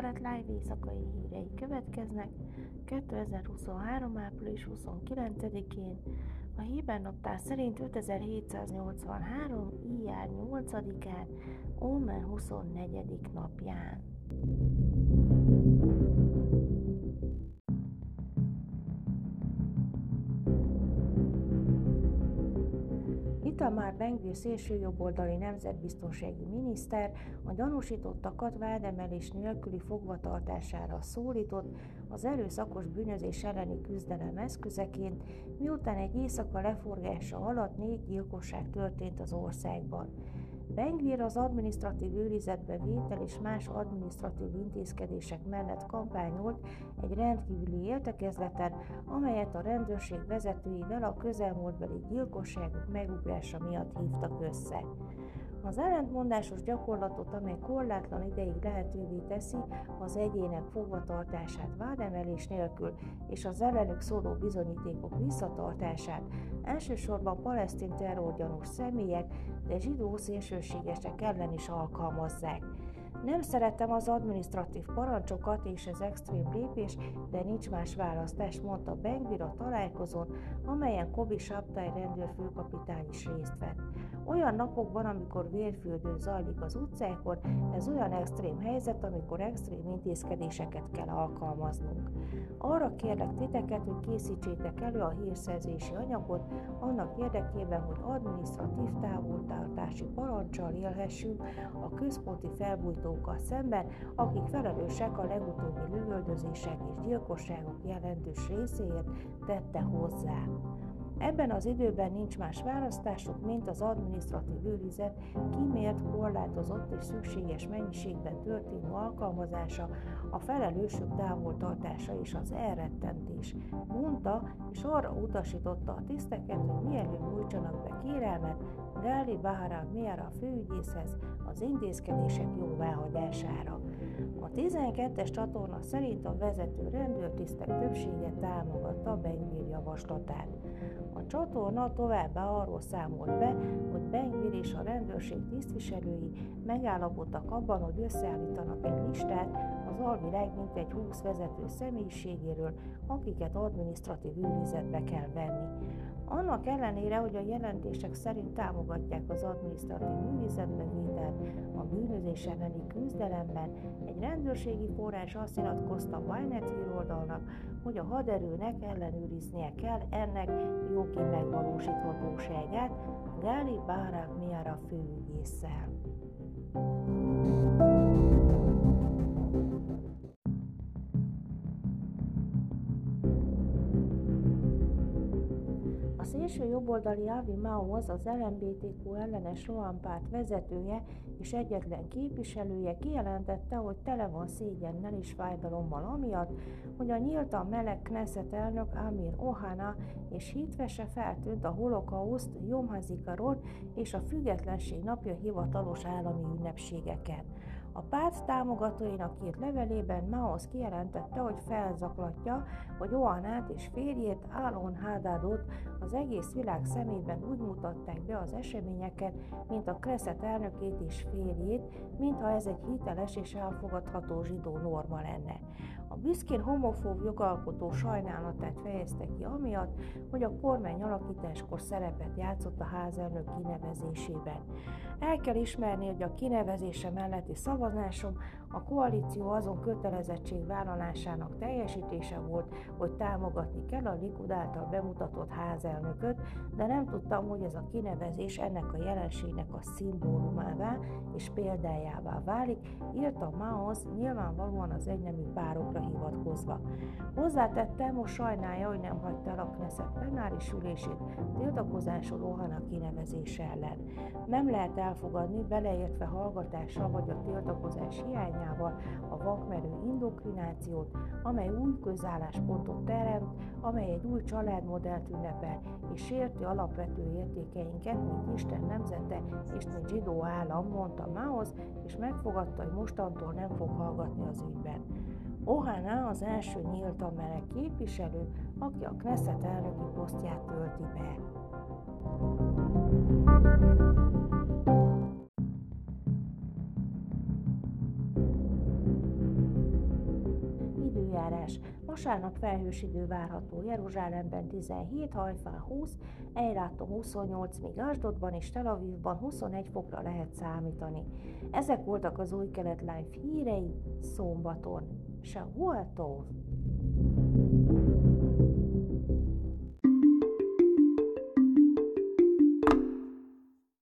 Kelet Live éjszakai hírei következnek 2023. április 29-én, a Héber naptár szerint 5783. ijár 8-án, Ómen 24. napján. Itamar Ben-Gvir szélsőjobboldali nemzetbiztonsági miniszter a gyanúsítottakat vádemelés nélküli fogvatartására szólított az erőszakos bűnözés elleni küzdelem eszközeként, miután egy éjszaka leforgása alatt 4 gyilkosság történt az országban. Ben-Gvir az adminisztratív őrizetbe vétel és más adminisztratív intézkedések mellett kampányolt egy rendkívüli értekezleten, amelyet a rendőrség vezetőivel a közelmúltbeli gyilkosságok megugrása miatt hívtak össze. Az ellentmondásos gyakorlatot, amely korlátlan ideig lehetővé teszi az egyének fogvatartását vádemelés nélkül és az ellenük szóló bizonyítékok visszatartását, elsősorban palesztin terrorgyanús személyek, de zsidó szélsőségesek ellen is alkalmazzák. Nem szeretem az adminisztratív parancsokat és az extrém lépés, de nincs más választás, mondta Ben-Gvir a találkozón, amelyen Kobi Shabtai rendőrfőkapitány is részt vett. Olyan napokban, amikor vérfürdő zajlik az utcákon, ez olyan extrém helyzet, amikor extrém intézkedéseket kell alkalmaznunk. Arra kérlek titeket, hogy készítsétek elő a hírszerzési anyagot annak érdekében, hogy adminisztratív távoltartási paranccsal élhessünk a központi felbújtókkal szemben, akik felelősek a legutóbbi lövöldözések és gyilkosságok jelentős részéért, tette hozzá. Ebben az időben nincs más választásuk, mint az adminisztratív őrizet kimért, korlátozott és szükséges mennyiségben történő alkalmazása, a felelősök távoltartása és az elrettentés, mondta, és arra utasította a tiszteket, hogy mielőbb nyújtsanak be kérelmet Gali Baharav Miara főügyészhez az intézkedések jóváhagyására. A 12-es csatorna szerint a vezető rendőrtisztek többsége támogatta Ben-Gvir javaslatát. A csatorna továbbá arról számolt be, hogy Ben-Gvir és a rendőrség tisztviselői megállapodtak abban, hogy összeállítanak egy listát az alvilág mintegy 20 vezető személyiségéről, akiket adminisztratív őrizetbe kell venni. Annak ellenére, hogy a jelentések szerint támogatják az adminisztratív őrizetbe vételt a bűnözés elleni küzdelemben, egy rendőrségi forrás azt nyilatkozta a Ynet híroldalnak, hogy a haderőnek ellenőriznie kell ennek jogi megvalósíthatóságát Gali Baharav Miara főügyésszel. A szélső jobboldali Avi Maoz, az LMBTQ ellenes rohanpárt vezetője és egyetlen képviselője kijelentette, hogy tele van szégyennel és fájdalommal amiatt, hogy a nyíltan meleg Knesset elnök Amir Ohana és hitvese feltűnt a holokauszt, Jom HaZikaron és a Függetlenség napja hivatalos állami ünnepségeken. A párt támogatóinak írt levelében Maoz kijelentette, hogy felzaklatja, hogy Ohanát és férjét, Alon Hadadot az egész világ szemében úgy mutatták be az eseményeket, mint a Knesset elnökét és férjét, mintha ez egy hiteles és elfogadható zsidó norma lenne. A büszkén homofób jogalkotó sajnálatát fejezte ki amiatt, hogy a kormány alakításkor szerepet játszott a házelnök kinevezésében. El kell ismerni, hogy a kinevezése melletti szavazásom a koalíció azon kötelezettségvállalásának teljesítése volt, hogy támogatni kell a Likud által bemutatott házelnököt, de nem tudtam, hogy ez a kinevezés ennek a jelenségnek a szimbólumává és példájává válik, írta Maoz nyilvánvalóan az egynemű párokra hivatkozva. Hozzátette, most sajnálja, hogy nem hagyta el a Knesset plenáris ülését tiltakozásul Ohana kinevezése ellen. Nem lehet elfogadni, beleértve hallgatással vagy a tiltakozás hiányával a vakmerő indoktrinációt, amely új közálláspontot teremt, amely egy új családmodellt ünnepel, és sérti alapvető értékeinket, mint Isten nemzete és mint zsidó állam, mondta Maoz, és megfogadta, hogy mostantól nem fog hallgatni az ügyben. Ohana az első nyíltan meleg képviselő, aki a Knesset elnöki posztját tölti be. időjárás. Vasárnap felhős idő várható, Jeruzsálemben 17, Hajfán 20, Eiláton 28, míg Asdodban és Tel Avivban 21 fokra lehet számítani. Ezek voltak az Új Kelet Live hírei szombaton. Shavuot Tov!